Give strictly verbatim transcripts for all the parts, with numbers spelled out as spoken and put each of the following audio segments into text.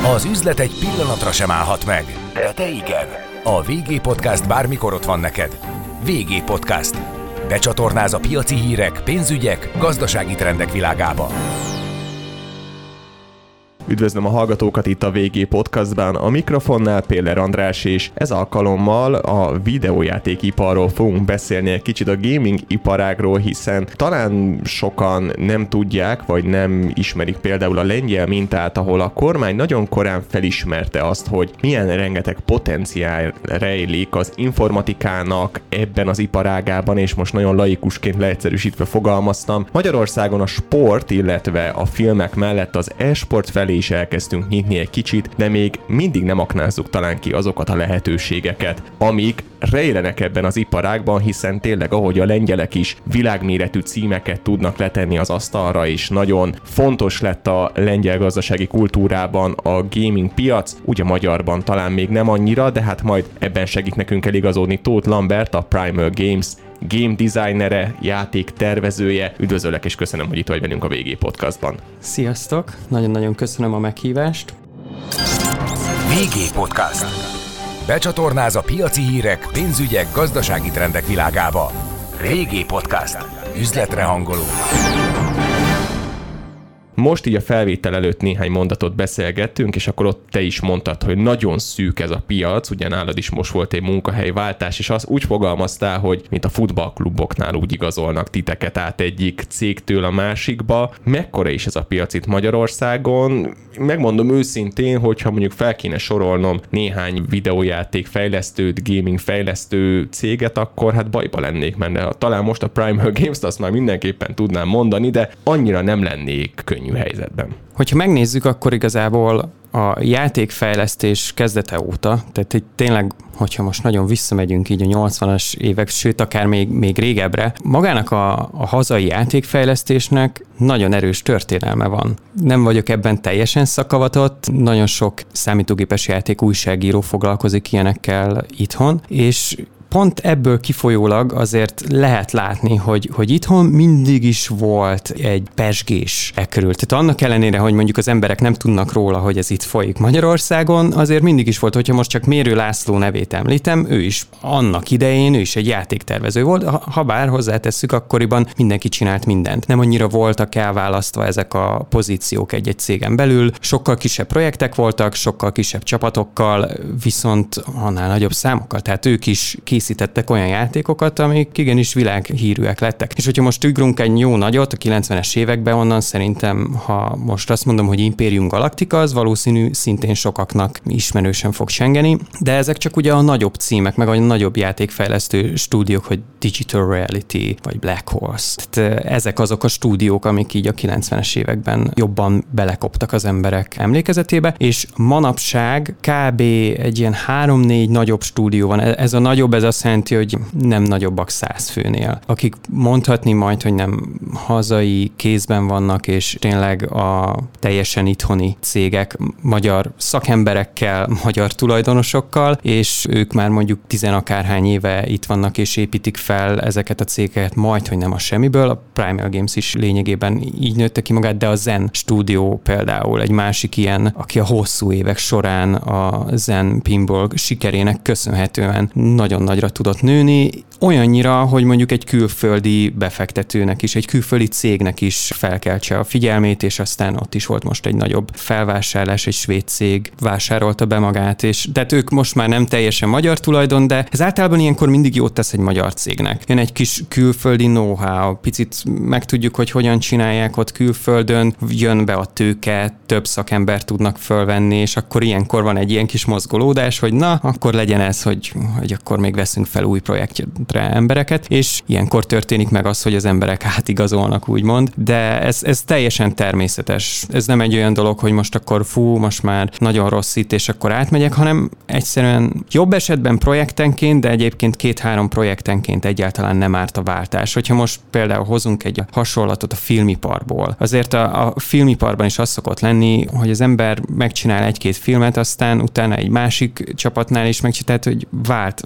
Az üzlet egy pillanatra sem állhat meg, de te igen. A vé gé Podcast bármikor ott van neked. vé gé Podcast. Becsatornáz a piaci hírek, pénzügyek, gazdasági trendek világába. Üdvözlöm a hallgatókat itt a vé gé Podcastban, a mikrofonnál Péller András, és ez alkalommal a videójátékiparról fogunk beszélni egy kicsit, a gaming iparágról, hiszen talán sokan nem tudják, vagy nem ismerik például a lengyel mintát, ahol a kormány nagyon korán felismerte azt, hogy milyen rengeteg potenciál rejlik az informatikának ebben az iparágában, és most nagyon laikusként leegyszerűsítve fogalmaztam. Magyarországon a sport, illetve a filmek mellett az e-sport felé is elkezdtünk nyitni egy kicsit, de még mindig nem aknázzuk talán ki azokat a lehetőségeket, amik rejlenek ebben az iparágban, hiszen tényleg, ahogy a lengyelek is világméretű címeket tudnak letenni az asztalra, és nagyon fontos lett a lengyel gazdasági kultúrában a gaming piac, ugye magyarban talán még nem annyira, de hát majd ebben segít nekünk eligazodni Tóth Lambert, a Primal Games game designere, játék tervezője. Üdvözöllek, és köszönöm, hogy itt vagy velünk a vé gé Podcastban. Sziasztok! Nagyon-nagyon köszönöm a meghívást. vé gé Podcast. Becsatornáz a piaci hírek, pénzügyek, gazdasági trendek világába. vé gé Podcast. Üzletre hangoló. Most így a felvétel előtt néhány mondatot beszélgettünk, és akkor ott te is mondtad, hogy nagyon szűk ez a piac, ugye nálad is most volt egy munkahelyváltás, és azt úgy fogalmaztál, hogy mint a futballkluboknál úgy igazolnak titeket át egyik cégtől a másikba. Mekkora is ez a piac itt Magyarországon? Megmondom őszintén, hogyha mondjuk fel kéne sorolnom néhány videójáték fejlesztőt, gaming fejlesztő céget, akkor hát bajba lennék, mert talán most a Primal Games-t azt már mindenképpen tudnám mondani, de annyira nem lennék könnyű helyzetben. Hogyha megnézzük, akkor igazából a játékfejlesztés kezdete óta, tehát itt tényleg, hogyha most nagyon visszamegyünk így a nyolcvanas évek, sőt akár még, még régebbre, magának a, a hazai játékfejlesztésnek nagyon erős történelme van. Nem vagyok ebben teljesen szakavatott, nagyon sok számítógépes játék újságíró foglalkozik ilyenekkel itthon, és pont ebből kifolyólag azért lehet látni, hogy, hogy itthon mindig is volt egy pezsgés e körül. Tehát annak ellenére, hogy mondjuk az emberek nem tudnak róla, hogy ez itt folyik Magyarországon, azért mindig is volt, hogyha most csak Mérő László nevét említem, ő is annak idején, ő is egy játéktervező volt, ha, ha bár hozzátesszük, akkoriban mindenki csinált mindent. Nem annyira voltak elválasztva ezek a pozíciók egy-egy cégen belül, sokkal kisebb projektek voltak, sokkal kisebb csapatokkal, viszont annál nagyobb számokkal, tehát ők is készítettek olyan játékokat, amik igenis világhírűek lettek. És hogyha most ugrunk egy jó nagyot a kilencvenes években, onnan szerintem, ha most azt mondom, hogy Imperium Galactica, az valószínű szintén sokaknak ismerősen fog csengeni, de ezek csak ugye a nagyobb címek, meg a nagyobb játékfejlesztő stúdiók, hogy Digital Reality, vagy Black Horse. Tehát ezek azok a stúdiók, amik így a kilencvenes években jobban belekoptak az emberek emlékezetébe, és manapság kb. Egy ilyen három-négy nagyobb stúdió van. Ez a nagyobb, ez azt jelenti, hogy nem nagyobbak száz főnél. Akik mondhatni majd, hogy nem hazai kézben vannak, és tényleg a teljesen itthoni cégek, magyar szakemberekkel, magyar tulajdonosokkal, és ők már mondjuk tizenakárhány éve itt vannak, és építik fel ezeket a cégeket majd, hogy nem a semmiből. A Primal Games is lényegében így nőtte ki magát, de a Zen Studio például egy másik ilyen, aki a hosszú évek során a Zen Pinball sikerének köszönhetően nagyon nagyra tudott nőni, olyannyira, hogy mondjuk egy külföldi befektetőnek is, egy külföldi cégnek is felkeltse a figyelmét, és aztán ott is volt most egy nagyobb felvásárlás, egy svéd cég vásárolta be magát, és tehát ők most már nem teljesen magyar tulajdon, de ez általában ilyenkor mindig jót tesz egy magyar cégnek. Jön egy kis külföldi know-how, picit megtudjuk, hogy hogyan csinálják ott külföldön, jön be a tőke, több szakember tudnak fölvenni, és akkor ilyenkor van egy ilyen kis mozgolódás, hogy na, akkor legyen ez, hogy, hogy akkor még veszünk fel új projektre embereket, és ilyenkor történik meg az, hogy az emberek átigazolnak, úgymond, de ez, ez teljesen természetes. Ez nem egy olyan dolog, hogy most akkor fú, most már nagyon rossz itt, és akkor átmegyek, hanem egyszerűen jobb esetben projektenként, de egyébként két-három projektenként egyáltalán nem árt a váltás. Hogyha most például hozunk egy hasonlatot a filmiparból, azért a, a filmiparban is az szokott lenni, hogy az ember megcsinál egy-két filmet, aztán utána egy másik csapatnál is megcsinál, hogy vált, vált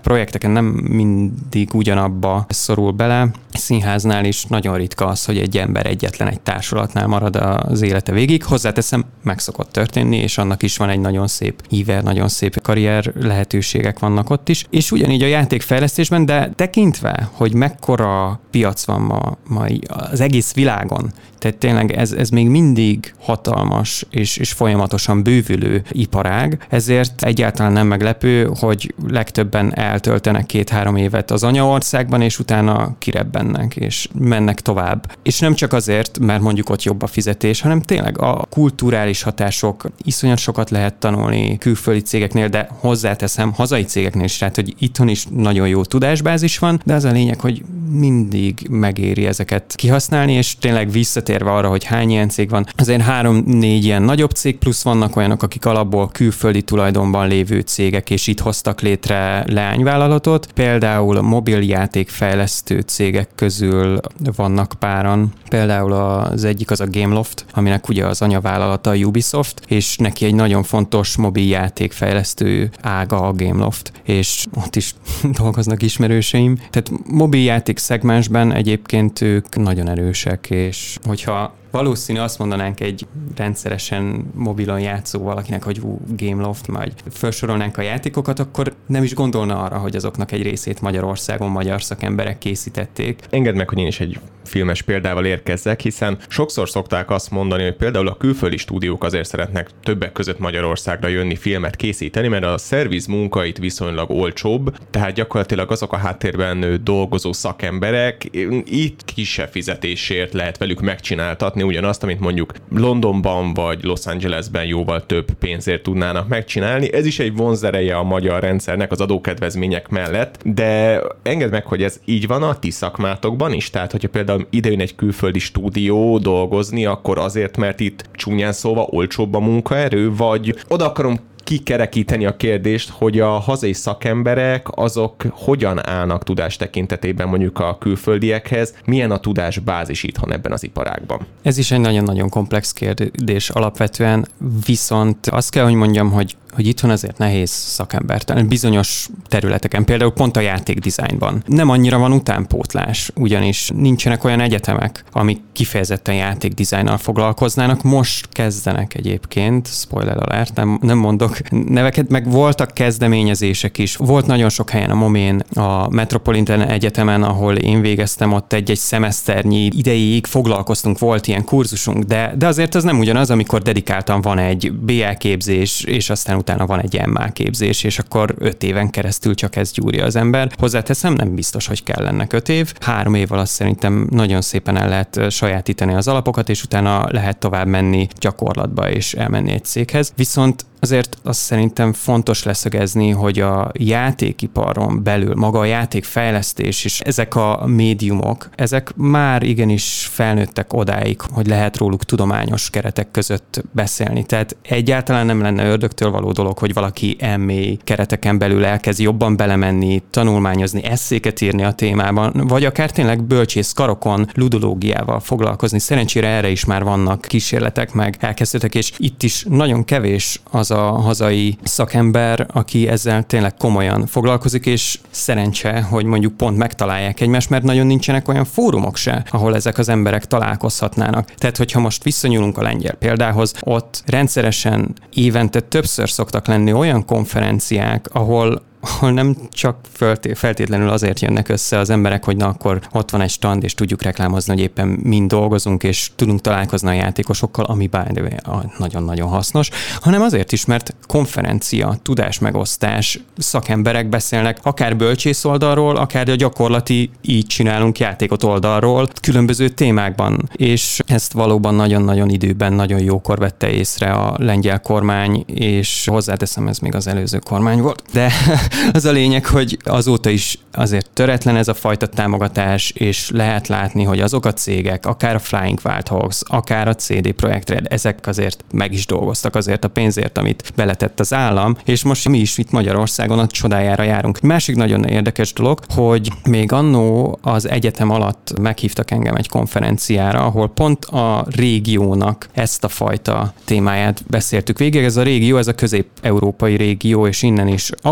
projekteken nem mindig ugyanabba szorul bele. Színháznál is nagyon ritka az, hogy egy ember egyetlen egy társulatnál marad az élete végig. Hozzáteszem, meg szokott történni, és annak is van egy nagyon szép íver, nagyon szép karrier lehetőségek vannak ott is. És ugyanígy a játékfejlesztésben, de tekintve, hogy mekkora piac van ma, ma az egész világon, tehát tényleg ez, ez még mindig hatalmas és, és folyamatosan bővülő iparág, ezért egyáltalán nem meglepő, hogy legtöbben eltöltenek két-három évet az anyaországban, és utána kirebbennek, és mennek tovább. És nem csak azért, mert mondjuk ott jobb a fizetés, hanem tényleg a kulturális hatások, iszonyat sokat lehet tanulni külföldi cégeknél, de hozzáteszem, hazai cégeknél is, tehát hogy itthon is nagyon jó tudásbázis van, de az a lényeg, hogy mindig megéri ezeket kihasználni, és tényleg visszatérve arra, hogy hány ilyen cég van, azért három-négy ilyen nagyobb cég, plusz vannak olyanok, akik alapból külföldi tulajdonban lévő cégek, és itt hoztak létre leányvállalatot. Például a mobiljátékfejlesztő cégek közül vannak páran. Például az egyik az a Gameloft, aminek ugye az anyavállalata a Ubisoft, és neki egy nagyon fontos mobiljátékfejlesztő ága a Gameloft, és ott is dolgoznak ismerőseim. Tehát mobiljáték szegmensben egyébként ők nagyon erősek, és hogyha valószínű azt mondanánk egy rendszeresen mobilon játszó valakinek, hogy ú, Gameloft, majd felsorolnánk a játékokat, akkor nem is gondolna arra, hogy azoknak egy részét Magyarországon magyar szakemberek készítették. Engedd meg, hogy én is egy filmes példával érkezzek, hiszen sokszor szokták azt mondani, hogy például a külföldi stúdiók azért szeretnek többek között Magyarországra jönni, filmet készíteni, mert a szerviz munka itt viszonylag olcsóbb, tehát gyakorlatilag azok a háttérben dolgozó szakemberek itt kisebb fizetésért lehet velük megcsináltatni ugyanazt, amit mondjuk Londonban vagy Los Angelesben jóval több pénzért tudnának megcsinálni. Ez is egy vonzereje a magyar rendszernek az adókedvezmények mellett, de engedd meg, hogy ez így van a ti szakmátokban is, tehát hogyha például idejön egy külföldi stúdió dolgozni, akkor azért, mert itt csúnyán szóval olcsóbb a munkaerő, vagy oda akarom kikerekíteni a kérdést, hogy a hazai szakemberek azok hogyan állnak tudás tekintetében mondjuk a külföldiekhez, milyen a tudásbázis itthon ebben az iparágban? Ez is egy nagyon-nagyon komplex kérdés alapvetően, viszont azt kell, hogy mondjam, hogy hogy itthon azért nehéz szakembert, bizonyos területeken, például pont a játékdizájnban. Nem annyira van utánpótlás, ugyanis nincsenek olyan egyetemek, amik kifejezetten játékdizájnnal foglalkoznának. Most kezdenek egyébként, spoiler alert, nem, nem mondok neveket, meg voltak kezdeményezések is. Volt nagyon sok helyen a Momén, a Metropolitan Egyetemen, ahol én végeztem, ott egy-egy szemeszternyi ideig foglalkoztunk, volt ilyen kurzusunk, de, de azért az nem ugyanaz, amikor dedikáltan van egy bé á képzés, és aztán utána van egy em á képzés, és akkor öt éven keresztül csak ezt gyúrja az ember. Hozzáteszem, nem biztos, hogy kell ennek öt év. Három év alatt szerintem nagyon szépen el lehet sajátítani az alapokat, és utána lehet tovább menni gyakorlatba, és elmenni egy céghez. Viszont azért azt szerintem fontos leszögezni, hogy a játékiparon belül maga a játékfejlesztés és ezek a médiumok, ezek már igenis felnőttek odáig, hogy lehet róluk tudományos keretek között beszélni. Tehát egyáltalán nem lenne ördögtől való dolog, hogy valaki em á kereteken belül elkezd jobban belemenni, tanulmányozni, esszéket írni a témában, vagy akár tényleg bölcsész karokon, ludológiával foglalkozni. Szerencsére erre is már vannak kísérletek, meg elkezdődtek, és itt is nagyon kevés az a hazai szakember, aki ezzel tényleg komolyan foglalkozik, és szerencse, hogy mondjuk pont megtalálják egymást, mert nagyon nincsenek olyan fórumok se, ahol ezek az emberek találkozhatnának. Tehát, hogyha most visszanyúlunk a lengyel példához, ott rendszeresen évente többször szoktak lenni olyan konferenciák, ahol ahol nem csak feltétlenül azért jönnek össze az emberek, hogy na akkor ott van egy stand, és tudjuk reklámozni, hogy éppen mind dolgozunk, és tudunk találkozni a játékosokkal, ami by the way nagyon-nagyon hasznos, hanem azért is, mert konferencia, tudásmegosztás, szakemberek beszélnek, akár bölcsész oldalról, akár a gyakorlati így csinálunk játékot oldalról, különböző témákban, és ezt valóban nagyon-nagyon időben, nagyon jókor vette észre a lengyel kormány, és hozzáteszem, ez még az előző kormány volt, de az a lényeg, hogy azóta is azért töretlen ez a fajta támogatás, és lehet látni, hogy azok a cégek, akár a Flying Wild Hogs, akár a cé dé Projekt Red, ezek azért meg is dolgoztak azért a pénzért, amit beletett az állam, és most mi is itt Magyarországon a csodájára járunk. Másik nagyon érdekes dolog, hogy még annó az egyetem alatt meghívtak engem egy konferenciára, ahol pont a régiónak ezt a fajta témáját beszéltük végig. Ez a régió, ez a közép-európai régió, és innen is Ausztria,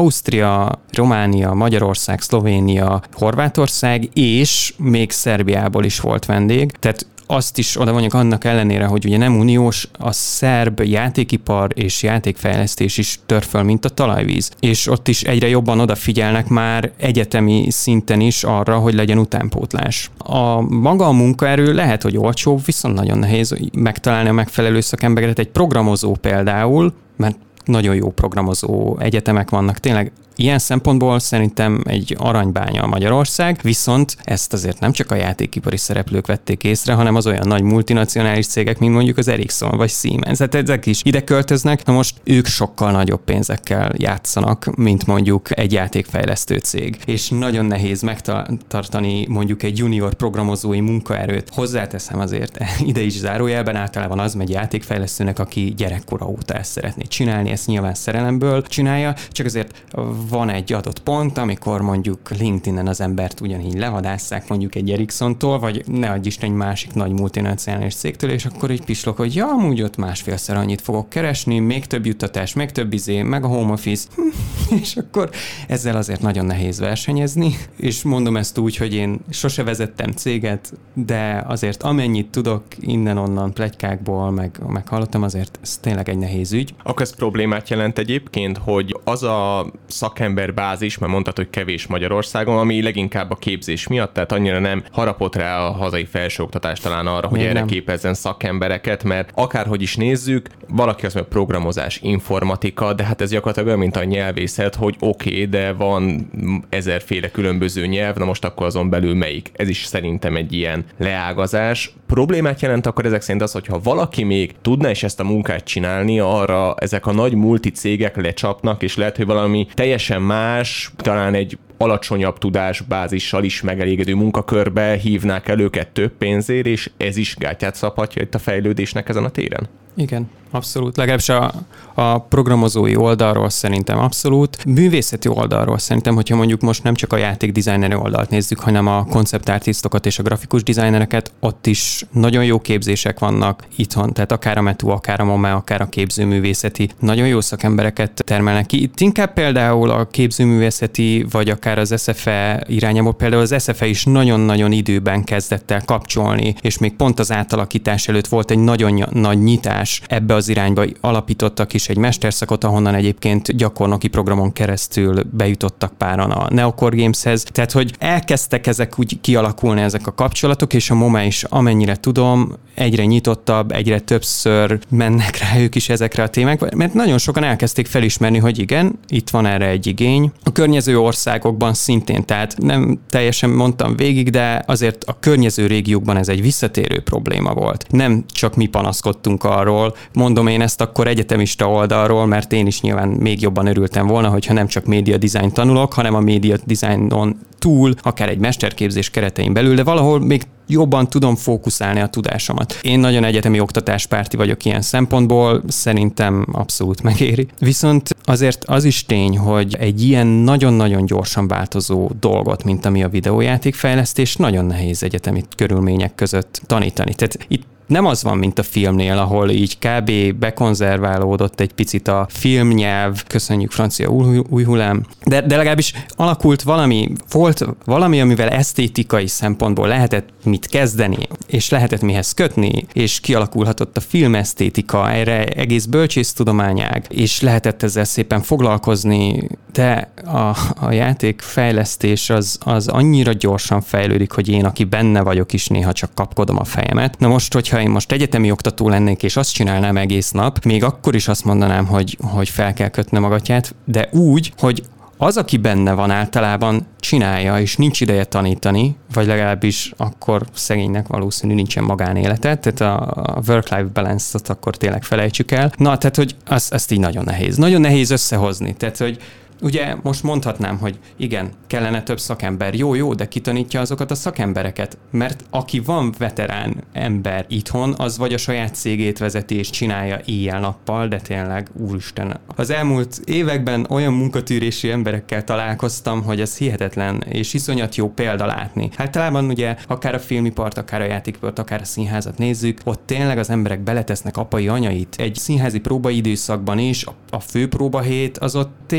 Ausztria, Románia, Magyarország, Szlovénia, Horvátország, és még Szerbiából is volt vendég. Tehát azt is oda mondjuk annak ellenére, hogy ugye nem uniós, a szerb játékipar és játékfejlesztés is tör föl, mint a talajvíz. És ott is egyre jobban odafigyelnek már egyetemi szinten is arra, hogy legyen utánpótlás. A maga a munkaerő lehet, hogy olcsóbb, viszont nagyon nehéz megtalálni a megfelelő szakembereket. Egy programozó például, mert nagyon jó programozó egyetemek vannak, tényleg ilyen szempontból szerintem egy aranybánya a Magyarország, viszont ezt azért nem csak a játékipari szereplők vették észre, hanem az olyan nagy multinacionális cégek, mint mondjuk az Ericsson vagy Siemens. Hát ezek is ide költöznek, na most ők sokkal nagyobb pénzekkel játszanak, mint mondjuk egy játékfejlesztő cég. És nagyon nehéz megtartani mondjuk egy junior programozói munkaerőt. Hozzáteszem azért, ide is zárójelben általában az megy játékfejlesztőnek, aki gyerekkora óta ezt szeretné csinálni, ezt nyilván szerelemből csinálja, csak azért van egy adott pont, amikor mondjuk LinkedIn-en az embert ugyanígy levadásszák mondjuk egy Ericssontól, vagy ne adj Isten egy másik nagy multinacionális cégtől, és akkor így pislog, hogy ja, amúgy ott másfélszer annyit fogok keresni, még több juttatás, még több izé, meg a home office, és akkor ezzel azért nagyon nehéz versenyezni, és mondom ezt úgy, hogy én sose vezettem céget, de azért amennyit tudok innen-onnan pletykákból, meg, meg hallottam, azért ez tényleg egy nehéz ügy. Akkor ez problémát jelent egyébként, hogy az a szakemberbázis, mert mondtad, hogy kevés Magyarországon, ami leginkább a képzés miatt, tehát annyira nem harapott rá a hazai felsőoktatás talán arra, hogy Még erre nem. képezzen szakembereket, mert akárhogy is nézzük, valaki azt mondja, programozás, informatika, de hát ez gyakorlatilag olyan, mint a nyelvészet, hogy oké, okay, de van ezerféle különböző nyelv, na most akkor azon belül melyik? Ez is szerintem egy ilyen leágazás. Problémát jelent akkor ezek szerint az, hogyha valaki még tudna is ezt a munkát csinálni, arra ezek a nagy multicégek lecsapnak, és lehet, hogy valami teljesen más, talán egy alacsonyabb tudásbázissal is megelégedő munkakörbe hívnák el őket több pénzért, és ez is gátját szabhatja itt a fejlődésnek ezen a téren? Igen, abszolút. Legalábbis a, a programozói oldalról szerintem abszolút. Művészeti oldalról szerintem, hogyha mondjuk most nem csak a játékdesigneri oldalt nézzük, hanem a konceptartistokat és a grafikus designereket, ott is nagyon jó képzések vannak itthon, tehát akár a Metu, akár a Mome, akár a képzőművészeti, nagyon jó szakembereket termelnek ki. Itt inkább például a képzőművészeti, vagy akár az es ef e irányából, például az es ef e is nagyon-nagyon időben kezdett el kapcsolni, és még pont az átalakítás előtt volt egy nagyon nagy nyitás ebbe az irányba, alapítottak is egy mesterszakot, ahonnan egyébként gyakornoki programon keresztül bejutottak páran a Neocore Gameshez. Tehát, hogy elkezdtek ezek úgy kialakulni ezek a kapcsolatok, és a Mome is, amennyire tudom, egyre nyitottabb, egyre többször mennek rá ők is ezekre a témákra, mert nagyon sokan elkezdték felismerni, hogy igen, itt van erre egy igény. A környező országokban szintén, tehát nem teljesen mondtam végig, de azért a környező régiókban ez egy visszatérő probléma volt. Nem csak mi panaszkodtunk arról, mondom én ezt akkor egyetemista oldalról, mert én is nyilván még jobban örültem volna, hogyha nem csak média design tanulok, hanem a média designon túl, akár egy mesterképzés keretein belül, de valahol még jobban tudom fókuszálni a tudásomat. Én nagyon egyetemi oktatáspárti vagyok ilyen szempontból, szerintem abszolút megéri. Viszont azért az is tény, hogy egy ilyen nagyon-nagyon gyorsan változó dolgot, mint ami a videójátékfejlesztés, nagyon nehéz egyetemi körülmények között tanítani. Tehát itt nem az van, mint a filmnél, ahol így kb. Bekonzerválódott egy picit a filmnyelv, köszönjük francia új, új hullám, de, de legalábbis alakult valami, volt valami, amivel esztétikai szempontból lehetett mit kezdeni, és lehetett mihez kötni, és kialakulhatott a filmesztétika, erre egész bölcsésztudományág, és lehetett ezzel szépen foglalkozni, de a, a játékfejlesztés az, az annyira gyorsan fejlődik, hogy én, aki benne vagyok is, néha csak kapkodom a fejemet. Na most, hogyha én most egyetemi oktató lennék, és azt csinálnám egész nap, még akkor is azt mondanám, hogy, hogy fel kell kötnöm a gatyát, de úgy, hogy az, aki benne van általában, csinálja, és nincs ideje tanítani, vagy legalábbis akkor szegénynek valószínű nincsen magánélete, tehát a, a work-life balance-ot akkor tényleg felejtsük el. Na, tehát, hogy az, ezt így nagyon nehéz. Nagyon nehéz összehozni, tehát, hogy ugye most mondhatnám, hogy igen, kellene több szakember, jó, jó, de ki tanítja azokat a szakembereket? Mert aki van veterán ember itthon, az vagy a saját cégét vezeti és csinálja éjjel-nappal, de tényleg, úristen. Az elmúlt években olyan munkatűrési emberekkel találkoztam, hogy ez hihetetlen, és iszonyat jó példa látni. Általában ugye akár a filmipart, akár a játékipart, akár a színházat nézzük, ott tényleg az emberek beletesznek apai anyait. Egy színházi próbaidőszakban is, a, a főpróbahét az ott éjjel-nap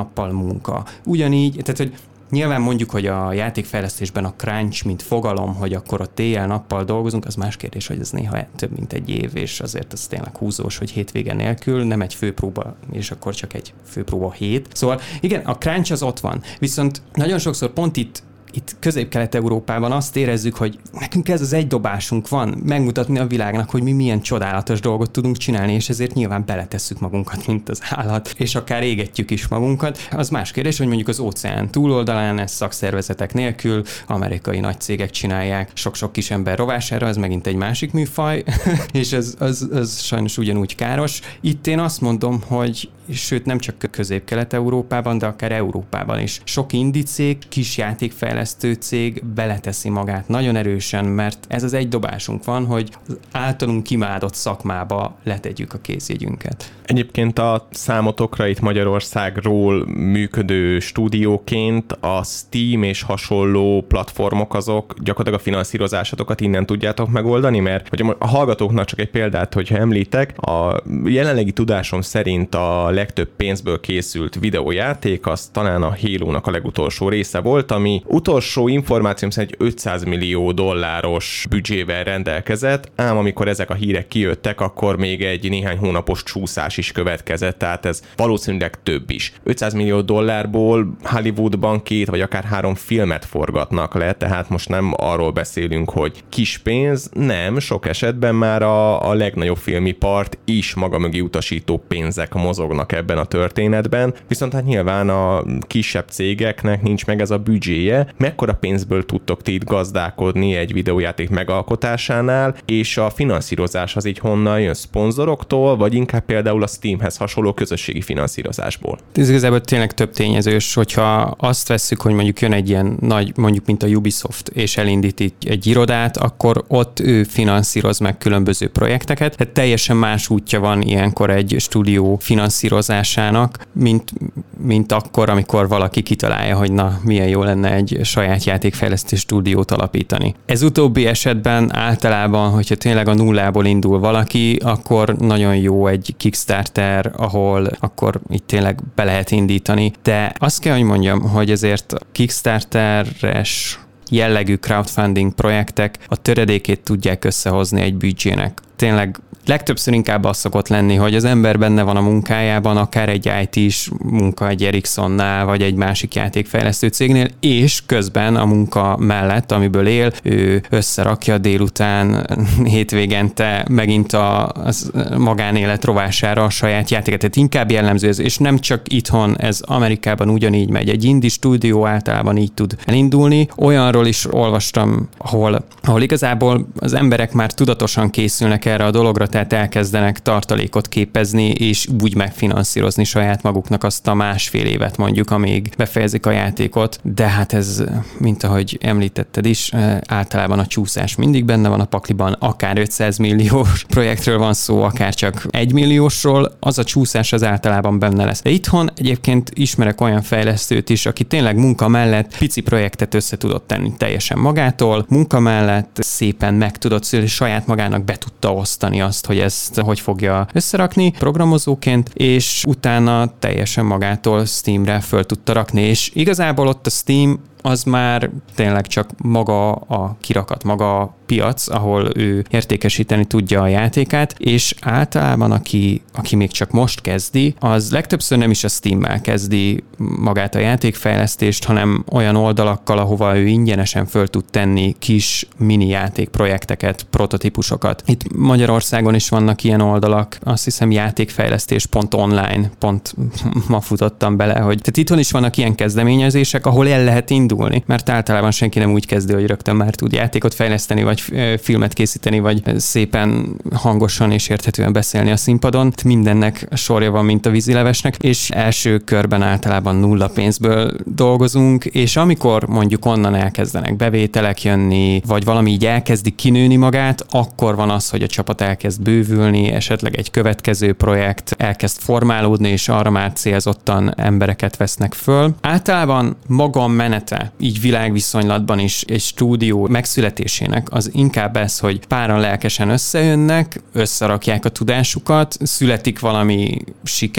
éjjel-nappal munka. Ugyanígy, tehát hogy nyilván mondjuk, hogy a játékfejlesztésben a crunch, mint fogalom, hogy akkor ott éjjel-nappal dolgozunk, az más kérdés, hogy ez néha több, mint egy év, és azért az tényleg húzós, hogy hétvége nélkül, nem egy főpróba, és akkor csak egy főpróba hét. Szóval igen, a crunch az ott van, viszont nagyon sokszor pont itt Itt Közép-Kelet-Európában azt érezzük, hogy nekünk ez az egy dobásunk van, megmutatni a világnak, hogy mi milyen csodálatos dolgot tudunk csinálni, és ezért nyilván beletesszük magunkat, mint az állat, és akár égetjük is magunkat. Az más kérdés, hogy mondjuk az óceán túloldalán, ezt szakszervezetek nélkül, amerikai nagy cégek csinálják sok-sok kis ember rovására, ez megint egy másik műfaj, és ez az, az sajnos ugyanúgy káros. Itt én azt mondom, hogy sőt nem csak Közép-Kelet-Európában, de akár Európában is. Sok indie cég, kis játékfejlesztő cég beleteszi magát nagyon erősen, mert ez az egy dobásunk van, hogy az általunk imádott szakmába letegyük a kézjegyünket. Egyébként a számotokra itt Magyarországról működő stúdióként a Steam és hasonló platformok azok gyakorlatilag a finanszírozásatokat innen tudjátok megoldani, mert hogy a hallgatóknak csak egy példát, hogyha említek, a jelenlegi tudásom szerint a legtöbb pénzből készült videójáték, az talán a Halo-nak a legutolsó része volt, ami utolsó információm szerint egy ötszáz millió dolláros büdzsével rendelkezett, ám amikor ezek a hírek kijöttek, akkor még egy néhány hónapos csúszás is következett, tehát ez valószínűleg több is. ötszáz millió dollárból Hollywoodban két vagy akár három filmet forgatnak le, tehát most nem arról beszélünk, hogy kis pénz, nem, sok esetben már a, a legnagyobb filmipart is maga mögé utasító pénzek mozognak ebben a történetben, viszont hát nyilván a kisebb cégeknek nincs meg ez a büdzséje. Mekkora pénzből tudtok ti itt gazdálkodni egy videójáték megalkotásánál, és a finanszírozás az így honnan jön? Szponzoroktól, vagy inkább például a Steamhez hasonló közösségi finanszírozásból? Ez igazából tényleg több tényezős, hogyha azt vesszük, hogy mondjuk jön egy ilyen nagy, mondjuk mint a Ubisoft, és elindít egy irodát, akkor ott ő finanszíroz meg különböző projekteket. Tehát teljesen más útja van ilyenkor egy stúdió finanszírozásának, mint, mint akkor, amikor valaki kitalálja, hogy na, milyen jó lenne egy saját játékfejlesztő stúdiót alapítani. Ez utóbbi esetben általában, hogyha tényleg a nullából indul valaki, akkor nagyon jó egy Kickstarter, ahol akkor itt tényleg be lehet indítani. De azt kell, hogy mondjam, hogy ezért Kickstarteres jellegű crowdfunding projektek a töredékét tudják összehozni egy büdzsének. Tényleg legtöbbször inkább az szokott lenni, hogy az ember benne van a munkájában, akár egy í té-s munka egy Ericssonnál, vagy egy másik játékfejlesztő cégnél, és közben a munka mellett, amiből él, ő összerakja délután, hétvégente megint a, a magánélet rovására a saját játéket. Tehát inkább jellemző ez, és nem csak itthon, ez Amerikában ugyanígy megy. Egy indie stúdió általában így tud elindulni. Olyanról is olvastam, ahol, ahol igazából az emberek már tudatosan készülnek erre a dologra, tehát elkezdenek tartalékot képezni, és úgy megfinanszírozni saját maguknak azt a másfél évet mondjuk, amíg befejezik a játékot. De hát ez, mint ahogy említetted is, általában a csúszás mindig benne van a pakliban, akár ötszáz milliós projektről van szó, akár csak egy milliósról, az a csúszás az általában benne lesz. De itthon egyébként ismerek olyan fejlesztőt is, aki tényleg munka mellett pici projektet össze tudott tenni teljesen magától, munka mellett szépen meg tudott szülni, saját magának be tudta osztani azt, hogy ezt hogy fogja összerakni programozóként, és utána teljesen magától Steamre föl tudta rakni, és igazából ott a Steam az már tényleg csak maga a kirakat, maga a piac, ahol ő értékesíteni tudja a játékát, és általában aki, aki még csak most kezdi, az legtöbbször nem is a Steammel kezdi magát a játékfejlesztést, hanem olyan oldalakkal, ahova ő ingyenesen föl tud tenni kis mini játékprojekteket, prototípusokat. Itt Magyarországon is vannak ilyen oldalak, azt hiszem játékfejlesztés pont online, pont ma futottam bele, hogy tehát itthon is vannak ilyen kezdeményezések, ahol el lehet indulni, mert általában senki nem úgy kezdő, hogy rögtön már tud játékot fejleszteni, vagy filmet készíteni, vagy szépen hangosan és érthetően beszélni a színpadon. Mindennek sorja van, mint a vízilevesnek, és első körben általában nulla pénzből dolgozunk, és amikor mondjuk onnan elkezdenek bevételek jönni, vagy valami így elkezdi kinőni magát, akkor van az, hogy a csapat elkezd bővülni, esetleg egy következő projekt elkezd formálódni, és arra már célzottan embereket vesznek föl. Általában maga a menete, így világviszonylatban is egy stúdió megszületésének az inkább ez, hogy páran lelkesen összejönnek, összerakják a tudásukat, születik valami siker,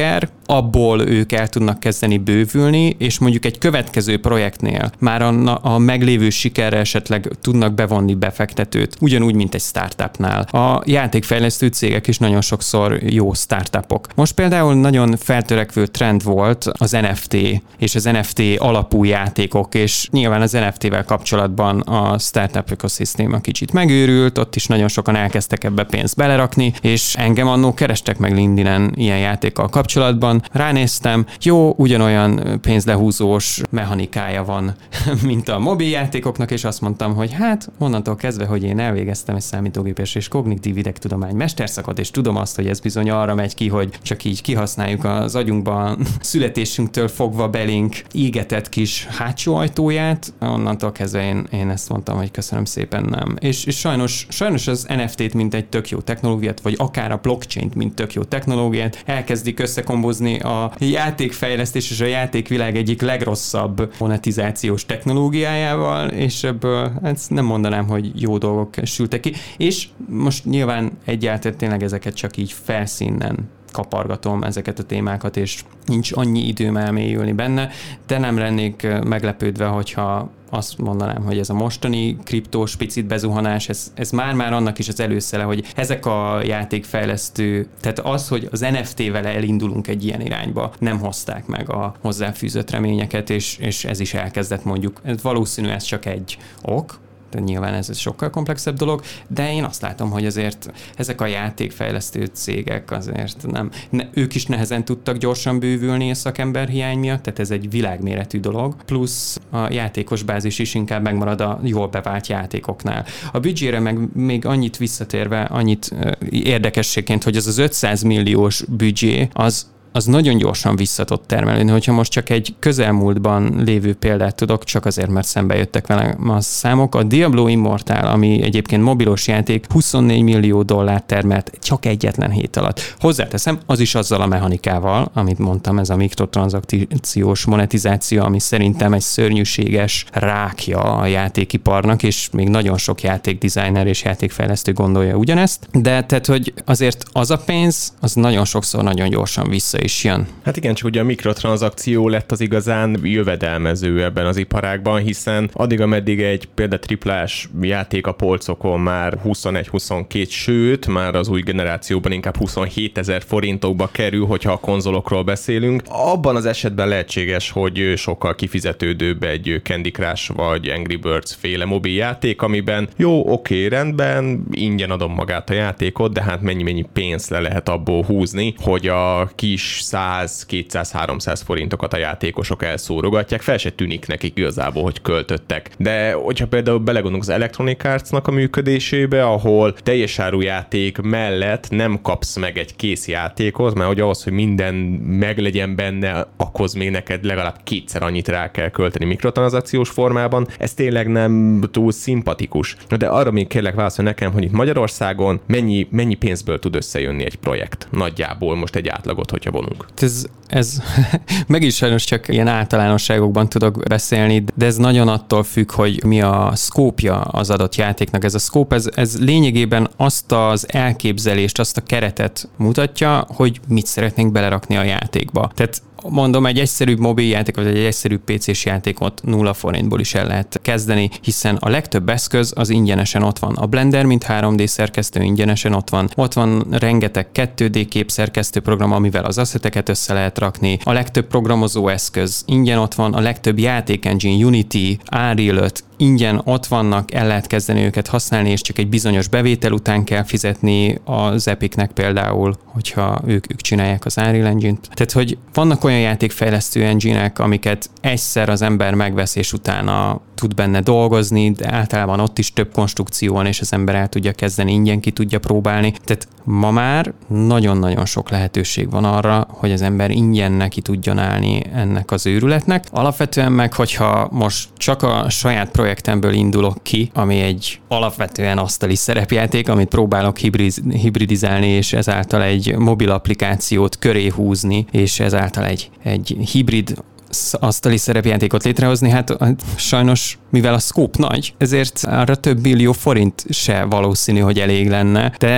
abból ők el tudnak kezdeni bővülni, és mondjuk egy következő projektnél már a, a meglévő sikerre esetleg tudnak bevonni befektetőt, ugyanúgy, mint egy startupnál. A játékfejlesztő cégek is nagyon sokszor jó startupok. Most például nagyon feltörekvő trend volt az en ef té és az en ef té alapú játékok, és nyilván az en ef té-vel kapcsolatban a startup ökoszisztéma kicsit megőrült, ott is nagyon sokan elkezdtek ebbe pénzt belerakni, és engem annó kerestek meg LinkedIn-en ilyen játékkal kapcsolatban. Ránéztem, jó, ugyanolyan pénzlehúzós mechanikája van, mint a mobiljátékoknak, és azt mondtam, hogy hát onnantól kezdve, hogy én elvégeztem egy számítógépes és kognitív idegtudomány mesterszakot, és tudom azt, hogy ez bizony arra megy ki, hogy csak így kihasználjuk az agyunkban születésünktől fogva belénk égetett kis hátsó ajtóját, onnantól kezdve én, én ezt mondtam, hogy köszönöm szépen, nem. És, és sajnos, sajnos az en ef té-t, mint egy tök jó technológiát, vagy akár a blockchain-t, mint tök jó technológiát, elkezdik összekombozni a játékfejlesztés és a játékvilág egyik legrosszabb monetizációs technológiájával, és ebből hát nem mondanám, hogy jó dolgok sültek ki. És most nyilván egyáltalán tényleg ezeket csak így felszínen kapargatom ezeket a témákat, és nincs annyi időm elmélyülni benne, de nem lennék meglepődve, hogyha azt mondanám, hogy ez a mostani kriptós picit bezuhanás, ez, ez már-már annak is az előszele, hogy ezek a játékfejlesztő, tehát az, hogy az en ef té-vel elindulunk egy ilyen irányba, nem hozták meg a hozzáfűzött reményeket, és, és ez is elkezdett mondjuk. Ez valószínű, ez csak egy ok, de nyilván ez egy sokkal komplexebb dolog, de én azt látom, hogy azért ezek a játékfejlesztő cégek azért nem, ne, ők is nehezen tudtak gyorsan bővülni a szakemberhiány miatt, tehát ez egy világméretű dolog, plusz a játékos bázis is inkább megmarad a jól bevált játékoknál. A büdzsére meg még annyit visszatérve, annyit uh, érdekességként, hogy az az ötszáz milliós büdzsé, az az nagyon gyorsan vissza tud termelni. Hogyha most csak egy közelmúltban lévő példát tudok, csak azért, mert szembe jöttek velem a számok. A Diablo Immortal, ami egyébként mobilos játék, huszonnégy millió dollárt termelt csak egyetlen hét alatt. Hozzáteszem, az is azzal a mechanikával, amit mondtam, ez a mikrotranszakciós monetizáció, ami szerintem egy szörnyűséges rákja a játékiparnak, és még nagyon sok játékdesigner és játékfejlesztő gondolja ugyanezt. De tehát, hogy azért az a pénz, az nagyon sokszor nagyon gyorsan vissza is jön. Hát igen, csak ugye a mikrotranszakció lett az igazán jövedelmező ebben az iparágban, hiszen addig, ameddig egy például triplás játék a polcokon már huszonegy-huszonkettő, sőt, már az új generációban inkább huszonhétezer forintokba kerül, hogyha a konzolokról beszélünk. Abban az esetben lehetséges, hogy sokkal kifizetődőbb egy Candy Crush vagy Angry Birds féle mobil játék, amiben jó, oké, rendben, ingyen adom magát a játékot, de hát mennyi-mennyi pénzt le lehet abból húzni, hogy a kis száz, kétszáz, háromszáz forintokat a játékosok elszórogatják, fel se tűnik nekik igazából, hogy költöttek. De hogyha például belegondolunk az Electronic Arts-nak a működésébe, ahol teljes áru játék mellett nem kapsz meg egy kész játékot, mert hogy ahhoz, hogy minden meglegyen benne, akkor még neked legalább kétszer annyit rá kell költeni mikrotranszakciós formában, ez tényleg nem túl szimpatikus. De arra még kérlek válaszolj nekem, hogy itt Magyarországon mennyi, mennyi pénzből tud összejönni egy projekt? Nagyjából most egy átlagot, hogyha vonunk. Ez, ez meg is sajnos csak ilyen általánosságokban tudok beszélni, de ez nagyon attól függ, hogy mi a szkópja az adott játéknak. Ez a szkóp, ez, ez lényegében azt az elképzelést, azt a keretet mutatja, hogy mit szeretnénk belerakni a játékba. Tehát mondom, egy egyszerűbb mobiljáték, vagy egy egyszerűbb pé cés játékot nulla forintból is el lehet kezdeni, hiszen a legtöbb eszköz az ingyenesen ott van. A Blender, mint három dé szerkesztő, ingyenesen ott van. Ott van rengeteg kettő dé képszerkesztő program, amivel az asszeteket össze lehet rakni. A legtöbb programozó eszköz ingyen ott van, a legtöbb játék engine, Unity, Unreal öt ingyen ott vannak, el lehet kezdeni őket használni, és csak egy bizonyos bevétel után kell fizetni az Epicnek például, hogyha ők, ők csinálják az Unreal Engine-t. Tehát, hogy vannak olyan játékfejlesztő engine-ek, amiket egyszer az ember megvesz, és utána tud benne dolgozni, de általában ott is több konstrukció van, és az ember el tudja kezdeni, ingyen ki tudja próbálni. Tehát ma már nagyon-nagyon sok lehetőség van arra, hogy az ember ingyen neki tudjon állni ennek az őrületnek. Alapvetően meg, hogyha most csak a saját projektemből indulok ki, ami egy alapvetően asztali szerepjáték, amit próbálok hibrid, hibridizálni, és ezáltal egy mobil applikációt köré húzni, és ezáltal egy, egy hibrid asztali szerepjátékot létrehozni, hát sajnos, mivel a szkóp nagy, ezért arra több millió forint se valószínű, hogy elég lenne, de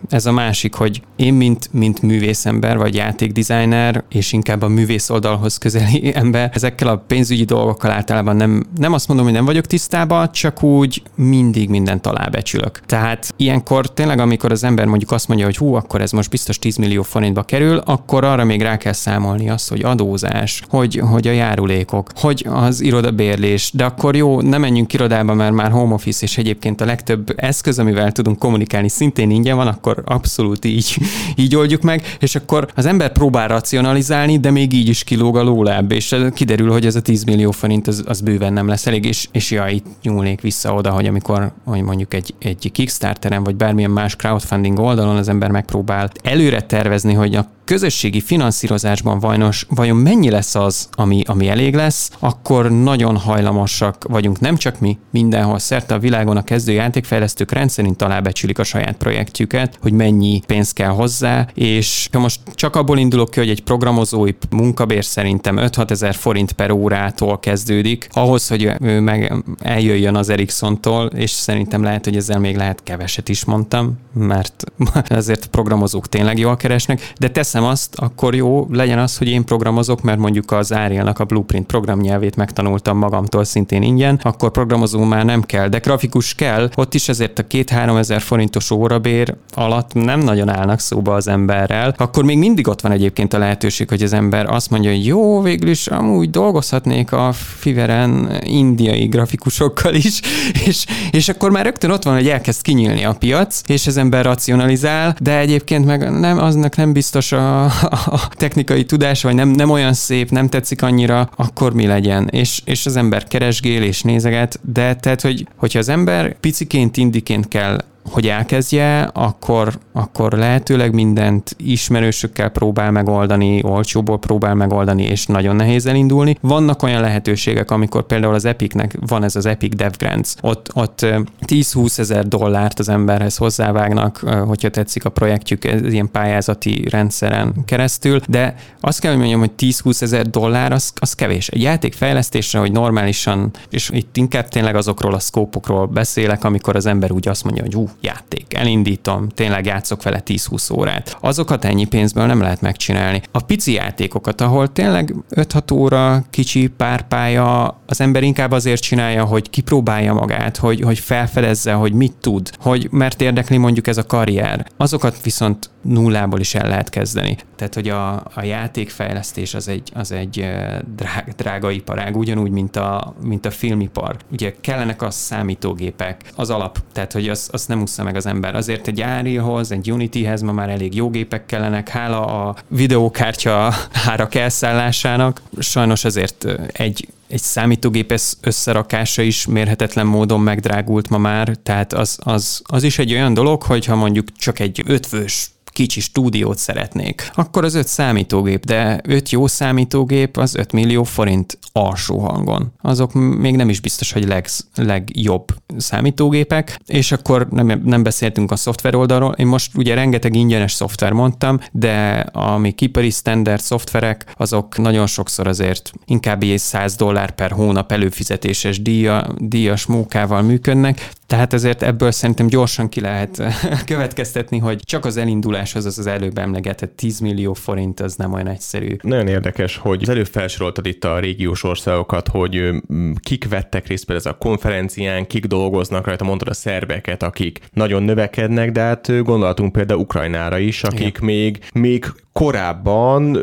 ez a másik, hogy én, mint, mint művészember, vagy játékdesigner, és inkább a művész oldalhoz közeli ember, ezekkel a pénzügyi dolgokkal általában nem, nem azt mondom, hogy nem vagyok tisztában, csak úgy mindig mindent alábecsülök. Tehát ilyenkor tényleg, amikor az ember mondjuk azt mondja, hogy hú, akkor ez most biztos tíz millió forintba kerül, akkor arra még rá kell számolni azt, hogy adózás, hogy, hogy a járulékok, hogy az irodabérlés, de akkor jó, nem menjünk irodába, mert már home office, és egyébként a legtöbb eszköz, amivel tudunk kommunikálni, szintén ingyen van, akkor abszolút így, így oldjuk meg, és akkor az ember próbál racionalizálni, de még így is kilóg a lóláb, és kiderül, hogy ez a tíz millió forint az, az bőven nem lesz elég, és, és ja, itt nyúlnék vissza oda, hogy amikor hogy mondjuk egy, egy Kickstarteren, vagy bármilyen más crowdfunding oldalon az ember megpróbál előre tervezni, hogy a közösségi finanszírozásban vajnos, vajon mennyi lesz az, ami, ami elég lesz, akkor nagyon hajlamosak vagyunk, nem csak mi, mindenhol szerte a világon a kezdő játékfejlesztők rendszerint alábecsülik a saját projektjüket, hogy mennyi pénz kell hozzá, és ha most csak abból indulok ki, hogy egy programozói munkabér szerintem öt-hat ezer forint per órától kezdődik, ahhoz, hogy ő meg eljöjjön az Ericssontól, és szerintem lehet, hogy ezzel még lehet keveset is mondtam, mert azért a programozók tényleg jól keresnek, de teszem azt, akkor jó, legyen az, hogy én programozok, mert mondjuk az Arielnak a Blueprint programnyelvét megtanultam magamtól szintén ingyen, akkor programozó már nem kell, de grafikus kell, ott is ezért a két-három ezer forintos órabér alatt nem nagyon állnak szóba az emberrel, akkor még mindig ott van egyébként a lehetőség, hogy az ember azt mondja, hogy jó, végül is amúgy dolgozhatnék a Fiveren indiai grafikusokkal is, és, és akkor már rögtön ott van, hogy elkezd kinyílni a piac, és az ember racionalizál, de egyébként meg nem, aznak nem biztos a A, a technikai tudás, vagy nem, nem olyan szép, nem tetszik annyira, akkor mi legyen? És, és az ember keresgél és nézeget, de tehát, hogy, hogyha az ember piciként, indiként kell hogy elkezdje, akkor, akkor lehetőleg mindent ismerősökkel próbál megoldani, olcsóból próbál megoldani, és nagyon nehéz elindulni. Vannak olyan lehetőségek, amikor például az Epicnek van ez az Epic Dev Grants, ott, ott tíz-húsz ezer dollárt az emberhez hozzávágnak, hogyha tetszik a projektjük ilyen pályázati rendszeren keresztül, de azt kell, hogy mondjam, hogy tíz-húsz ezer dollár az, az kevés. Egy játékfejlesztésre, hogy normálisan, és itt inkább tényleg azokról a szkópokról beszélek, amikor az ember úgy azt mondja, hogy hú, játék, elindítom, tényleg játszok vele tíz-húsz órát. Azokat ennyi pénzből nem lehet megcsinálni. A pici játékokat, ahol tényleg öt-hat óra, kicsi pár pálya, az ember inkább azért csinálja, hogy kipróbálja magát, hogy, hogy felfedezze, hogy mit tud, hogy mert érdekli mondjuk ez a karrier. Azokat viszont nullából is el lehet kezdeni. Tehát, hogy a, a játékfejlesztés az egy, az egy drága, drága iparág, ugyanúgy, mint a, mint a filmipar. Ugye kellenek a számítógépek, az alap, tehát, hogy az, az nem ússza meg az ember. Azért egy Unrealhoz, egy Unityhez ma már elég jó gépek kellenek, hála a videókártya árak elszállásának. Sajnos azért egy egy számítógép összerakása is mérhetetlen módon megdrágult ma már, tehát az, az, az is egy olyan dolog, hogyha mondjuk csak egy ötfős kicsi stúdiót szeretnék, akkor az öt számítógép, de öt jó számítógép az öt millió forint alsó hangon. Azok még nem is biztos, hogy leg, legjobb számítógépek, és akkor nem, nem beszéltünk a szoftver oldalról. Én most ugye rengeteg ingyenes szoftver mondtam, de ami ipari standard szoftverek, azok nagyon sokszor azért inkább egy száz dollár per hónap előfizetéses díja, díjas mókával működnek, tehát ezért ebből szerintem gyorsan ki lehet következtetni, hogy csak az elindulás az az előbb emlegetett tíz millió forint, az nem olyan egyszerű. Nagyon érdekes, hogy az előbb felsoroltad itt a régiós országokat, hogy kik vettek részt például ez a konferencián, kik dolgoznak rajta, mondtad a szerbeket, akik nagyon növekednek, de hát gondoltunk például Ukrajnára is, akik Igen. még, még korábban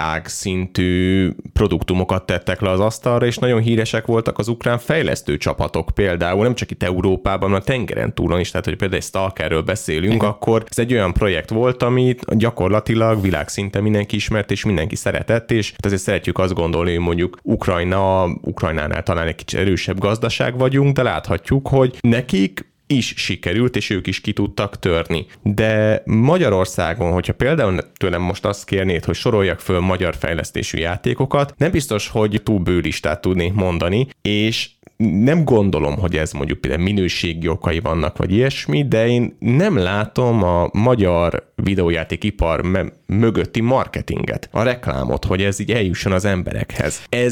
világszintű produktumokat tettek le az asztalra, és nagyon híresek voltak az ukrán fejlesztő csapatok például, nem csak itt Európában, hanem a tengeren túlon is, tehát hogy például egy Stalkerről beszélünk, Igen. akkor ez egy olyan projekt volt, amit gyakorlatilag világszinten mindenki ismert, és mindenki szeretett, és azért szeretjük azt gondolni, hogy mondjuk Ukrajna, Ukrajnánál talán egy kicsit erősebb gazdaság vagyunk, de láthatjuk, hogy nekik is sikerült, és ők is ki tudtak törni. De Magyarországon, hogyha például tőlem most azt kérnéd, hogy soroljak föl magyar fejlesztésű játékokat, nem biztos, hogy túl bő listát tudnék mondani, és nem gondolom, hogy ez mondjuk például minőségi okai vannak, vagy ilyesmi, de én nem látom a magyar videójátékipar me- mögötti marketinget, a reklámot, hogy ez így eljusson az emberekhez. Ez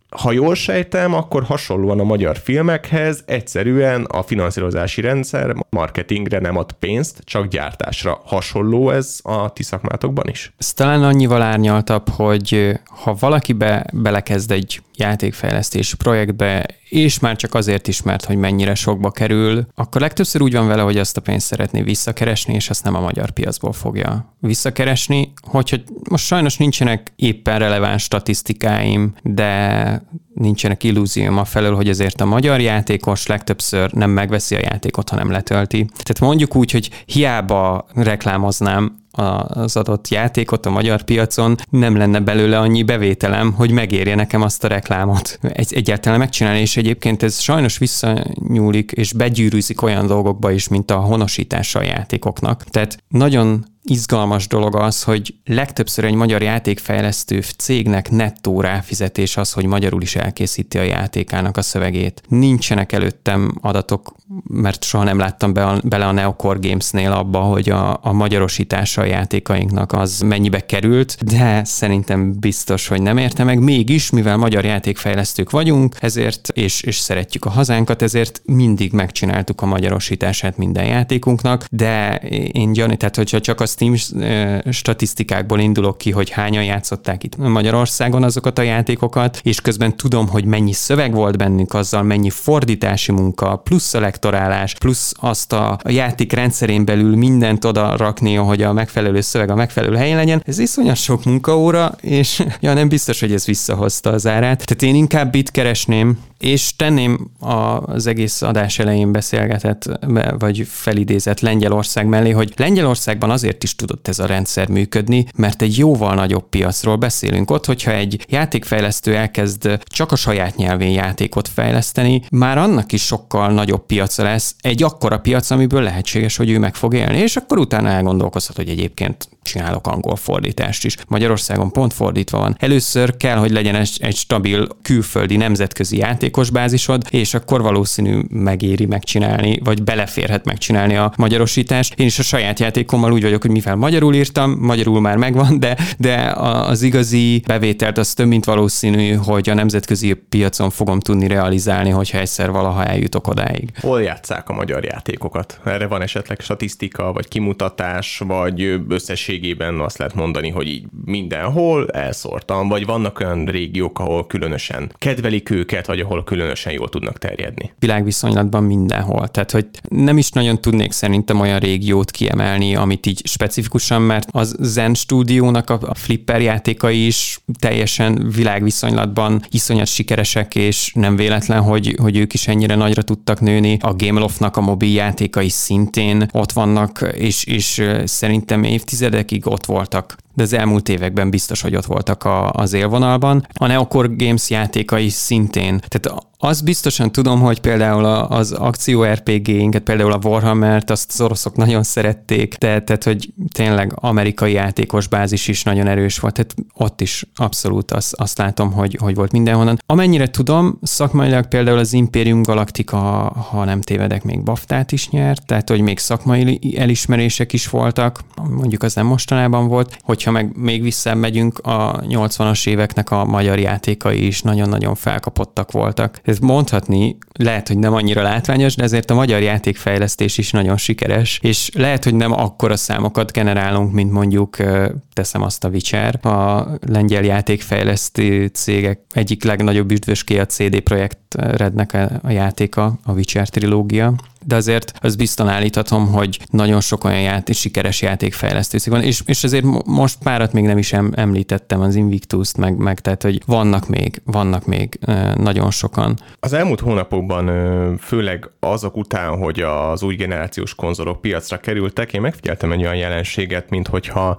Ha jól sejtem, akkor hasonlóan a magyar filmekhez egyszerűen a finanszírozási rendszer marketingre nem ad pénzt, csak gyártásra. Hasonló ez a ti szakmátokban is? Ez talán annyival árnyaltabb, hogy ha valaki be, belekezd egy játékfejlesztési projektbe, és már csak azért is, mert hogy mennyire sokba kerül, akkor legtöbbször úgy van vele, hogy azt a pénzt szeretné visszakeresni, és azt nem a magyar piacból fogja visszakeresni. Hogyha most sajnos nincsenek éppen releváns statisztikáim, de nincsenek illúzióm a felől, hogy azért a magyar játékos legtöbbször nem megveszi a játékot, hanem letölti. Tehát mondjuk úgy, hogy hiába reklámoznám az adott játékot a magyar piacon, nem lenne belőle annyi bevételem, hogy megérje nekem azt a reklámot egy, egyáltalán megcsinálni, és egyébként ez sajnos visszanyúlik, és begyűrűzik olyan dolgokba is, mint a honosítása a játékoknak. Tehát nagyon izgalmas dolog az, hogy legtöbbször egy magyar játékfejlesztő cégnek nettó ráfizetés az, hogy magyarul is elkészíti a játékának a szövegét. Nincsenek előttem adatok, mert soha nem láttam be a, bele a Neocore Games-nél abba, hogy a, a magyarosítása a játékainknak az mennyibe került, de szerintem biztos, hogy nem érte meg. Mégis, mivel magyar játékfejlesztők vagyunk, ezért, és, és szeretjük a hazánkat, ezért mindig megcsináltuk a magyarosítását minden játékunknak, de én gyanít, tehát hogyha csak a Steam statisztikákból indulok ki, hogy hányan játszották itt Magyarországon azokat a játékokat, és közben tudom, hogy mennyi szöveg volt bennük, azzal mennyi fordítási munka, plusz a lektorálás, plusz azt a, a játék rendszerén belül mindent oda rakni, hogy a megfelelő szöveg a megfelelő helyen legyen. Ez iszonyat sok munkaóra, és ja, nem biztos, hogy ez visszahozta az árát. Tehát én inkább itt keresném, és tenném az egész adás elején beszélgetett, vagy felidézett Lengyelország mellé, hogy Lengyelországban azért is tudott ez a rendszer működni, mert egy jóval nagyobb piacról beszélünk. Ott, hogyha egy játékfejlesztő elkezd csak a saját nyelvén játékot fejleszteni, már annak is sokkal nagyobb piaca lesz, egy akkora piac, amiből lehetséges, hogy ő meg fog élni, és akkor utána elgondolkozhat, hogy egyébként csinálok angol fordítást is. Magyarországon pont fordítva van. Először kell, hogy legyen egy, egy stabil külföldi nemzetközi játékos bázisod, és akkor valószínű megéri megcsinálni, vagy beleférhet megcsinálni a magyarosítást. Én is a saját játékommal úgy vagyok, hogy mivel magyarul írtam, magyarul már megvan, de, de az igazi bevételt az több, mint valószínű, hogy a nemzetközi piacon fogom tudni realizálni, hogyha egyszer valaha eljutok odáig. Hol játsszák a magyar játékokat? Erre van esetleg statisztika, vagy kimutatás, vagy összességében azt lehet mondani, hogy így mindenhol elszórtan, vagy vannak olyan régiók, ahol különösen kedvelik őket, vagy ahol különösen jól tudnak terjedni? Világviszonylatban mindenhol. Tehát, hogy nem is nagyon tudnék szerintem olyan régiót kiemelni, amit így specifikusan, mert az Zen stúdiónak a Flipper játékai is teljesen világviszonylatban iszonyat sikeresek, és nem véletlen, hogy, hogy ők is ennyire nagyra tudtak nőni. A Gameloftnak a mobil játékai szintén ott vannak, és, és szerintem évtizedekig ott voltak. De az elmúlt években biztos, hogy ott voltak a, az élvonalban. A Neocore Games játékai szintén. Tehát azt biztosan tudom, hogy például az akció er pé gé-inket, például a Warhammert, azt az oroszok nagyon szerették, de, tehát, hogy tényleg amerikai játékos bázis is nagyon erős volt, tehát ott is abszolút azt, azt látom, hogy, hogy volt mindenhonnan. Amennyire tudom, szakmailag például az Imperium Galactica, ha nem tévedek, még baftát is nyert, tehát hogy még szakmai elismerések is voltak, mondjuk az nem mostanában volt, hogyha meg még visszamegyünk, a nyolcvanas éveknek a magyar játékai is nagyon-nagyon felkapottak voltak. Ez mondhatni, lehet, hogy nem annyira látványos, de ezért a magyar játékfejlesztés is nagyon sikeres, és lehet, hogy nem akkora számokat generálunk, mint mondjuk, teszem azt a Witcher. A lengyel játékfejlesztő cégek egyik legnagyobb üdvöské a cé dé Projekt Rednek a játéka, a Witcher trilógia. De azért azt biztosan állíthatom, hogy nagyon sok olyan játék, sikeres játékfejlesztő cég van, és, és azért most párat még nem is említettem, az Invictus-t, meg, meg tehát, hogy vannak még, vannak még nagyon sokan. Az elmúlt hónapokban, főleg azok után, hogy az új generációs konzolok piacra kerültek, én megfigyeltem egy olyan jelenséget, mint hogyha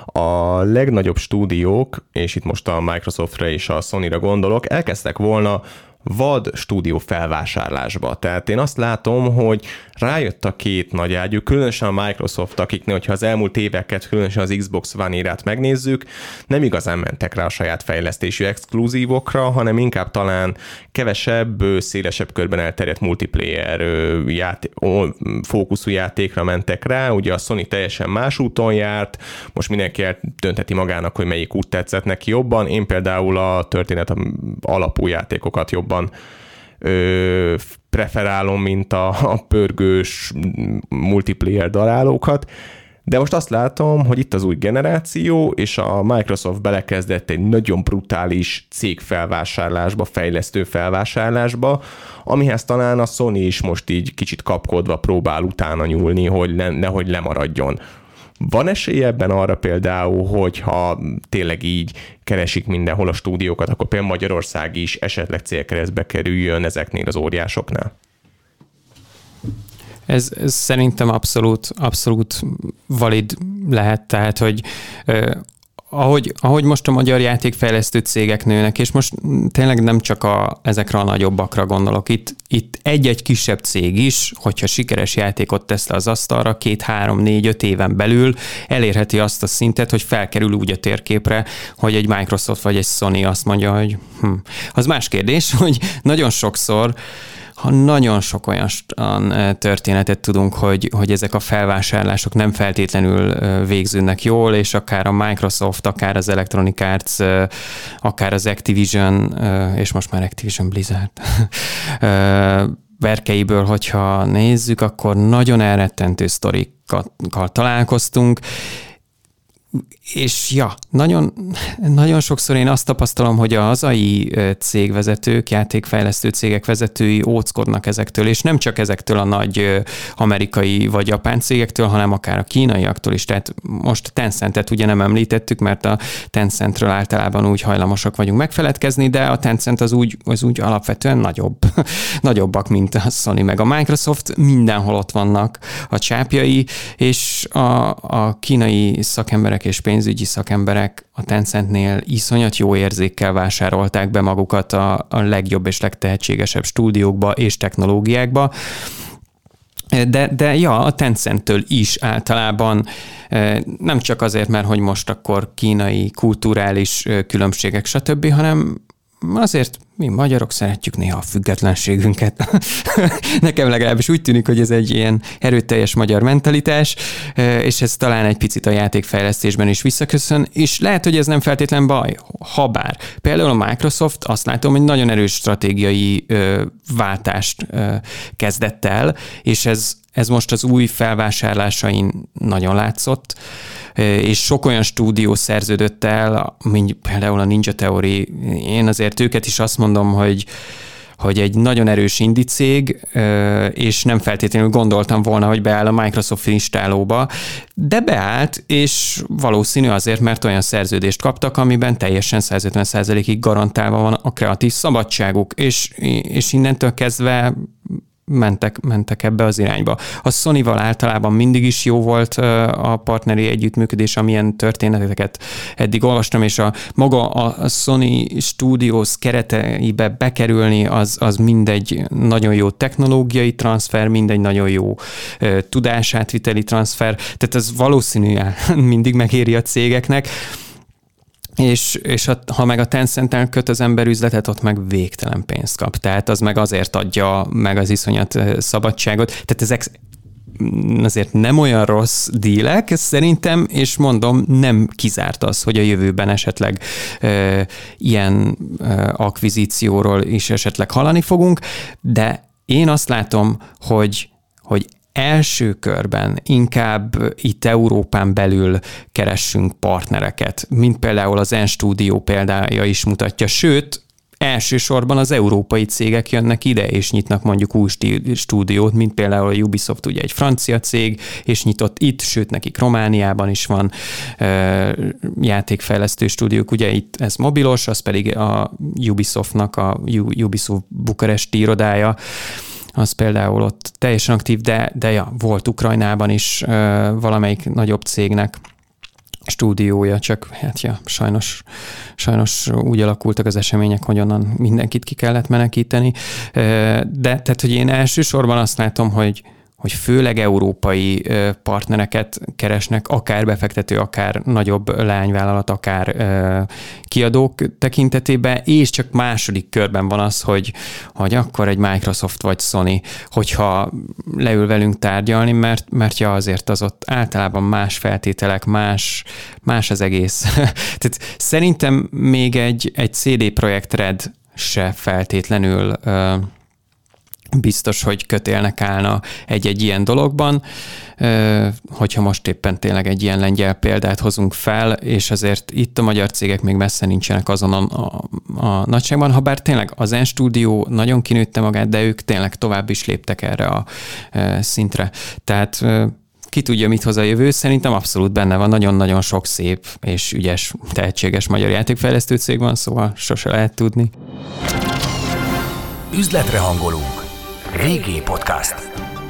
a legnagyobb stúdiók, és itt most a Microsoftra és a Sonyra gondolok, elkezdtek volna vad stúdió felvásárlásba. Tehát én azt látom, hogy rájött a két nagy ágyú, különösen a Microsoft, akiknél, hogyha az elmúlt éveket, különösen az Xbox One érát megnézzük, nem igazán mentek rá a saját fejlesztésű exkluzívokra, hanem inkább talán kevesebb, szélesebb körben elterjedt multiplayer játék, fókuszú játékra mentek rá. Ugye a Sony teljesen más úton járt, most mindenki eldöntheti magának, hogy melyik út tetszett neki jobban. Én például a történet alapú játékokat jobban ö, preferálom, mint a, a pörgős multiplayer darálókat. De most azt látom, hogy itt az új generáció, és a Microsoft belekezdett egy nagyon brutális cégfelvásárlásba, fejlesztő felvásárlásba, amihez talán a Sony is most így kicsit kapkodva próbál utána nyúlni, hogy ne, nehogy lemaradjon. Van esély ebben arra például, hogyha tényleg így keresik mindenhol a stúdiókat, akkor például Magyarország is esetleg célkeresztbe kerüljön ezeknél az óriásoknál? Ez, ez szerintem abszolút, abszolút valid lehet, tehát, hogy eh, ahogy, ahogy most a magyar játékfejlesztő cégek nőnek, és most tényleg nem csak a, ezekre a nagyobbakra gondolok, itt, itt egy-egy kisebb cég is, hogyha sikeres játékot tesz le az asztalra, két, három, négy, öt éven belül elérheti azt a szintet, hogy felkerül úgy a térképre, hogy egy Microsoft vagy egy Sony azt mondja, hogy hm. Az más kérdés, hogy nagyon sokszor ha nagyon sok olyan történetet tudunk, hogy, hogy ezek a felvásárlások nem feltétlenül végződnek jól, és akár a Microsoft, akár az Electronic Arts, akár az Activision, és most már Activision Blizzard verkeiből, hogyha nézzük, akkor nagyon elrettentő sztorikkal találkoztunk, és ja, nagyon, nagyon sokszor én azt tapasztalom, hogy a hazai cégvezetők, játékfejlesztő cégek vezetői óckodnak ezektől, és nem csak ezektől a nagy amerikai vagy japán cégektől, hanem akár a kínaiaktól is. Tehát most a Tencentet ugye nem említettük, mert a Tencentről általában úgy hajlamosak vagyunk megfeledkezni, de a Tencent az úgy, az úgy alapvetően nagyobb, nagyobbak, mint a Sony meg a Microsoft. Mindenhol ott vannak a csápjai, és a, a kínai szakemberek és pénzügyi szakemberek a Tencentnél iszonyat jó érzékkel vásárolták be magukat a, a legjobb és legtehetségesebb stúdiókba és technológiákba. De, de ja, a Tencenttől is általában nem csak azért, mert hogy most akkor kínai, kulturális különbségek, stb., hanem azért mi magyarok szeretjük néha a függetlenségünket. Nekem legalábbis úgy tűnik, hogy ez egy ilyen erőteljes magyar mentalitás, és ez talán egy picit a játékfejlesztésben is visszaköszön, és lehet, hogy ez nem feltétlen baj, habár. Például a Microsoft azt látom, hogy nagyon erős stratégiai váltást kezdett el, és ez Ez most az új felvásárlásain nagyon látszott, és sok olyan stúdió szerződött el, mint például a Ninja Theory. Én azért őket is azt mondom, hogy, hogy egy nagyon erős indie cég, és nem feltétlenül gondoltam volna, hogy beáll a Microsoft installóba, de beállt, és valószínű azért, mert olyan szerződést kaptak, amiben teljesen száz ötven százalékig garantálva van a kreatív szabadságuk, és, és innentől kezdve mentek, mentek ebbe az irányba. A Sony-val általában mindig is jó volt a partneri együttműködés, amilyen történeteket eddig olvastam, és a maga a Sony Studios kereteibe bekerülni, az, az mindegy nagyon jó technológiai transfer, mindegy nagyon jó tudásátviteli transfer, tehát ez valószínűen mindig megéri a cégeknek. És, és a, ha meg a Tencent-tel köt az ember üzletet, ott meg végtelen pénzt kap. Tehát az meg azért adja meg az iszonyat szabadságot. Tehát ezek azért nem olyan rossz dílek szerintem, és mondom, nem kizárt az, hogy a jövőben esetleg e, ilyen e, akvizícióról is esetleg hallani fogunk, de én azt látom, hogy, hogy első körben inkább itt Európán belül keressünk partnereket, mint például az N-Studio példája is mutatja, sőt, elsősorban az európai cégek jönnek ide, és nyitnak mondjuk új stúdiót, mint például a Ubisoft, ugye egy francia cég, és nyitott itt, sőt nekik Romániában is van e, játékfejlesztő stúdiók, ugye itt ez mobilos, az pedig a Ubisoftnak a Ubisoft bukaresti irodája, az például ott teljesen aktív, de, de ja, volt Ukrajnában is uh, valamelyik nagyobb cégnek stúdiója, csak hát ja, sajnos, sajnos úgy alakultak az események, hogy onnan mindenkit ki kellett menekíteni. De tehát, hogy én elsősorban azt látom, hogy hogy főleg európai partnereket keresnek, akár befektető, akár nagyobb leányvállalat, akár kiadók tekintetében, és csak második körben van az, hogy, hogy akkor egy Microsoft vagy Sony, hogyha leül velünk tárgyalni, mert, mert ja, azért az ott általában más feltételek, más, más az egész. Tehát szerintem még egy, egy cé dé Projekt Red se feltétlenül biztos, hogy kötélnek állna egy-egy ilyen dologban, hogyha most éppen tényleg egy ilyen lengyel példát hozunk fel, és azért itt a magyar cégek még messze nincsenek azon a, a, a nagyságban, ha bár tényleg az Zen Studio nagyon kinőtte magát, de ők tényleg tovább is léptek erre a szintre. Tehát ki tudja, mit hoz a jövő, szerintem abszolút benne van, nagyon-nagyon sok szép és ügyes, tehetséges magyar játékfejlesztő cég van, szóval sose lehet tudni. Üzletre hangolunk. vé gé Podcast.